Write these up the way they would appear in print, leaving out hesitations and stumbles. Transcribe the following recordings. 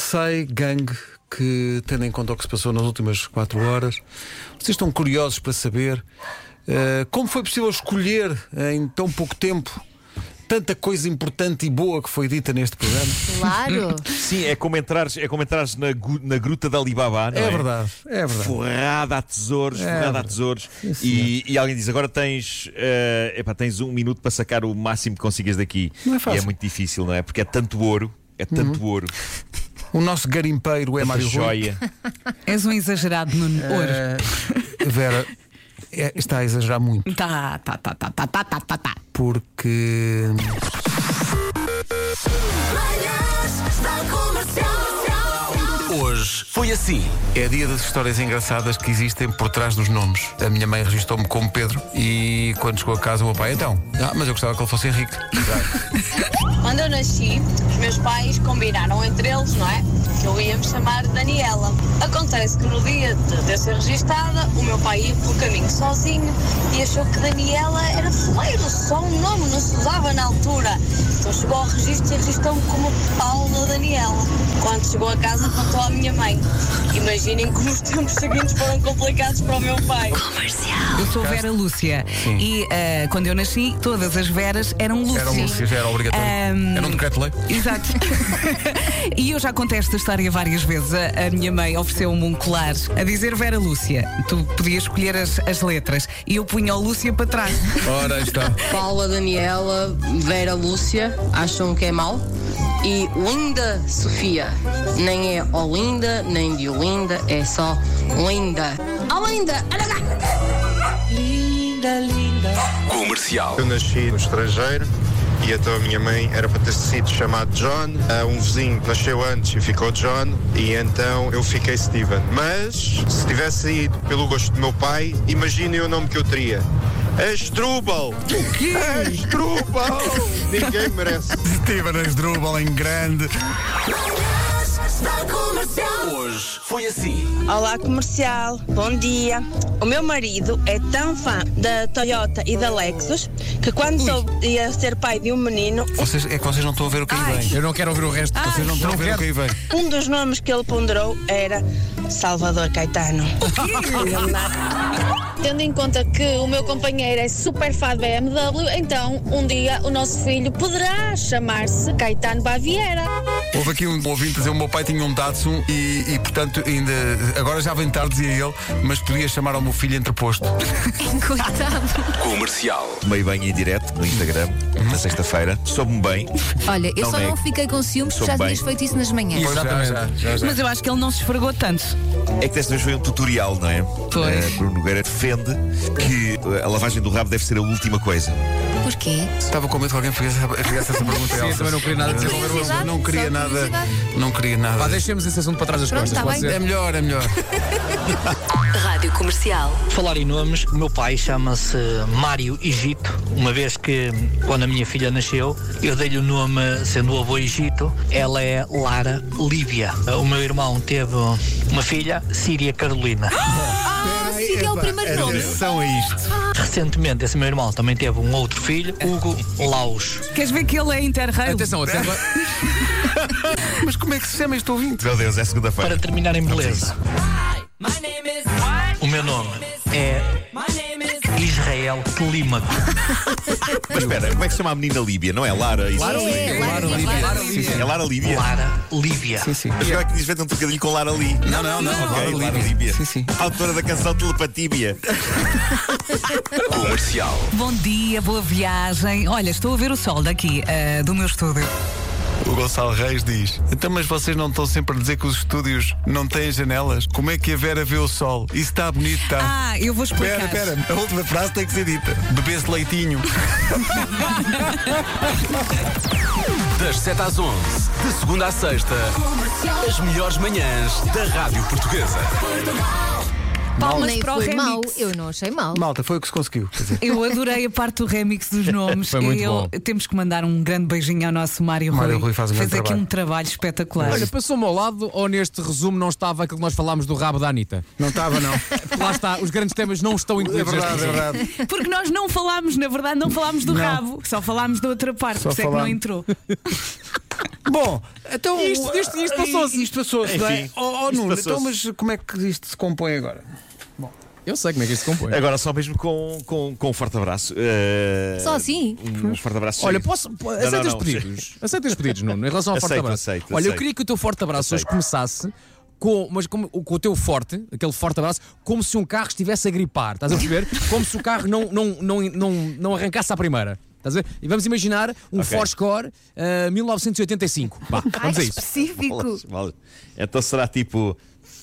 sei, gangue, que tendo em conta o que se passou nas últimas 4 horas, vocês estão curiosos para saber como foi possível escolher em tão pouco tempo tanta coisa importante e boa que foi dita neste programa. Claro. Sim, é como entrares na gruta da Alibaba, não é? É verdade, é verdade. Forrada a tesouros, forrada a tesouros. E alguém diz, agora tens 1 minuto para sacar o máximo que consigas daqui. Não é fácil. E é muito difícil, não é? Porque é tanto ouro, ouro. O nosso garimpeiro é Tanta Mário Rui. joia. És um exagerado, Nuno. Vera, está a exagerar muito. Tá. Porque Hoje foi assim. é dia das histórias engraçadas que existem por trás dos nomes. A minha mãe registrou-me como Pedro e quando chegou a casa o meu pai, mas eu gostava que ele fosse Henrique. Quando eu nasci, os meus pais combinaram entre eles, não é? Que eu ia me chamar Daniela. Acontece que no dia de eu ser registada, o meu pai ia pelo caminho sozinho e achou que Daniela era fuleiro, só um nome, não se usava na altura. Então chegou ao registro e registrou-me como Paula Daniela. Quando chegou a casa, contou à minha mãe. Imaginem como os tempos seguintes foram complicados para o meu pai. Eu sou Vera Lúcia. E quando eu nasci, todas as Veras eram Lúcia. Era Lúcia, já era obrigatório. Era um decreto-lei. Exato. E eu já contei esta história várias vezes. A minha mãe ofereceu-me um colar a dizer Vera Lúcia. Tu podias escolher as letras. E eu punha o Lúcia para trás. Ora, aí está. Paula Daniela, Vera Lúcia, acham que é mau? E Linda Sofia, nem é Olinda, nem de Olinda, é só Linda. Olinda! Linda, linda. Comercial. Eu nasci no estrangeiro e então a minha mãe era para ter sido chamado John. Um vizinho nasceu antes e ficou John e então eu fiquei Steven. Mas se tivesse ido pelo gosto do meu pai, imaginem o nome que eu teria. Asdrúbal! O quê? Asdrúbal! Ninguém merece. Steven Asdrúbal em grande. Hoje foi assim. Olá, comercial. Bom dia. O meu marido é tão fã da Toyota e da Lexus que quando soube que ia ser pai de um menino, É que vocês não estão a ver o que aí vem. Eu não quero ouvir o resto. Vocês não estão a ver o que aí vem. um dos nomes que ele ponderou era Salvador Caetano. Tendo em conta que o meu companheiro é super fã de BMW, então um dia o nosso filho poderá chamar-se Caetano Baviera. Houve aqui um ouvinte dizer: o meu pai tinha um Datsun e portanto, ainda agora já vem tarde, dizia ele, mas podia chamar ao meu filho entreposto. Coitado. Comercial. Tomei banho em direto no Instagram na sexta-feira. Soube-me bem. Olha, eu Não só não nego. fiquei com ciúmes porque Sou já bem. tinhas feito isso nas manhãs. Exatamente. Já. Mas eu acho que ele não se esfregou tanto. É que desta vez foi um tutorial, não é? Foi. Bruno Nogueira defende que a lavagem do rabo deve ser a última coisa. Porquê? Estava com medo que alguém fizesse essa pergunta. Sim, Elsa. também não queria nada dizer. Curiosidade, Não queria só nada. curiosidade. Não queria nada. Pá, deixemos esse assunto para trás das Pronto, costas. tá pode bem. ser? É melhor. Rádio Comercial. Falar em nomes, o meu pai chama-se Mário Egito, uma vez que quando a minha filha nasceu, eu dei-lhe o nome, sendo o avô Egito, ela é Lara Lívia. O meu irmão teve uma filha, Síria Carolina. Sim, é o primeiro nome. Atenção a isto. Recentemente, esse meu irmão também teve um outro filho, Hugo Laus. Queres ver que ele é interrail? Atenção. Mas como é que se chama este ouvinte? Meu Deus, é segunda-feira. Para terminar em beleza, o meu nome é Israel Clímaco. Mas espera, como é que se chama a menina Líbia? Não é Lara? Isso Lara Lívia. É Lara Líbia? Lara Lívia. Sim. Mas agora que diz feito um trocadilho com Lara Lee. Não. Ok, Lara Líbia. Sim. Autora da canção Telepatíbia. Comercial. Bom dia, boa viagem. Olha, estou a ver o sol daqui, do meu estúdio. O Gonçalo Reis diz: então, mas vocês não estão sempre a dizer que os estúdios não têm janelas? Como é que a Vera vê o sol? Isso está bonito, está? Ah, eu vou explicar. Espera, a última frase tem que ser dita. Bebê-se leitinho. Das 7 às 11, de segunda à sexta, as melhores manhãs da Rádio Portuguesa. Palmas Nem para o foi remix. mau, eu não achei mal. Malta, foi o que se conseguiu. Quer dizer, Eu adorei a parte do remix dos nomes. Foi muito bom. Temos que mandar um grande beijinho ao nosso Mário Rui. Mário Rui faz um Fez grande aqui trabalho. um trabalho espetacular. Olha, passou-me ao lado ou neste resumo não estava aquilo que nós falámos do rabo da Anitta? não estava, não. Lá está, os grandes temas não estão É incluídos. verdade, neste é resumo. verdade. Porque nós não falámos, na verdade, não falámos do Não. rabo, só falámos da outra parte, Só por isso é que não falámos. entrou. Bom, então. Isto passou-se. Isto passou-se, não é? Enfim, Oh, isto Nuno, passou-se. então, mas como é que isto se compõe agora? Eu sei como é que isto se compõe. Agora só mesmo com um forte abraço. Só assim? Um forte abraço. Olha, cheio. aceitas pedidos? Aceitas pedidos, Nuno, em relação ao forte Aceito, abraço. aceito, Olha, eu aceito. queria que o teu forte abraço hoje Aceito. começasse com o teu forte, aquele forte abraço, como se um carro estivesse a gripar. Estás a perceber? Como se o carro não arrancasse à primeira. Estás a ver? E vamos imaginar um Ok. Ford 1985. Vá, Ai, vamos a que isso. específico. Vale. Então será tipo.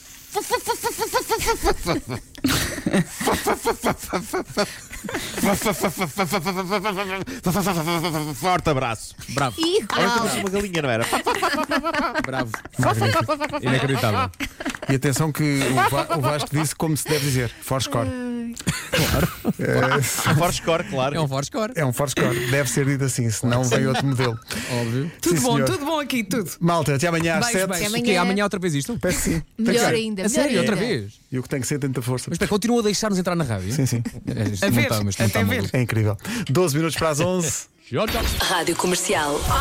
Forte abraço. Bravo, Igual. Uma galinha, não era? bravo. Inacreditável. E atenção que o Vasco disse como se deve dizer: Forscore. Forte score, claro. É um Ford Score. É um Forscore. Deve ser dito assim, senão vem outro modelo. Óbvio. Tudo Sim, bom, senhor. tudo bom aqui, tudo. Malta, até amanhã às Beijo, 7. beijo. Até O quê? amanhã. Amanhã outra vez isto? Peço sim. Melhor ainda. A sério, melhor outra ainda. vez? E o que tem que ser tanta força. Mas espera, continua a deixar-nos entrar na rádio? Sim, sim. Isto A não ver, está- mas não está até ver. maluco. É incrível. 12 minutos para as 11. Tchau, tchau. Rádio Comercial.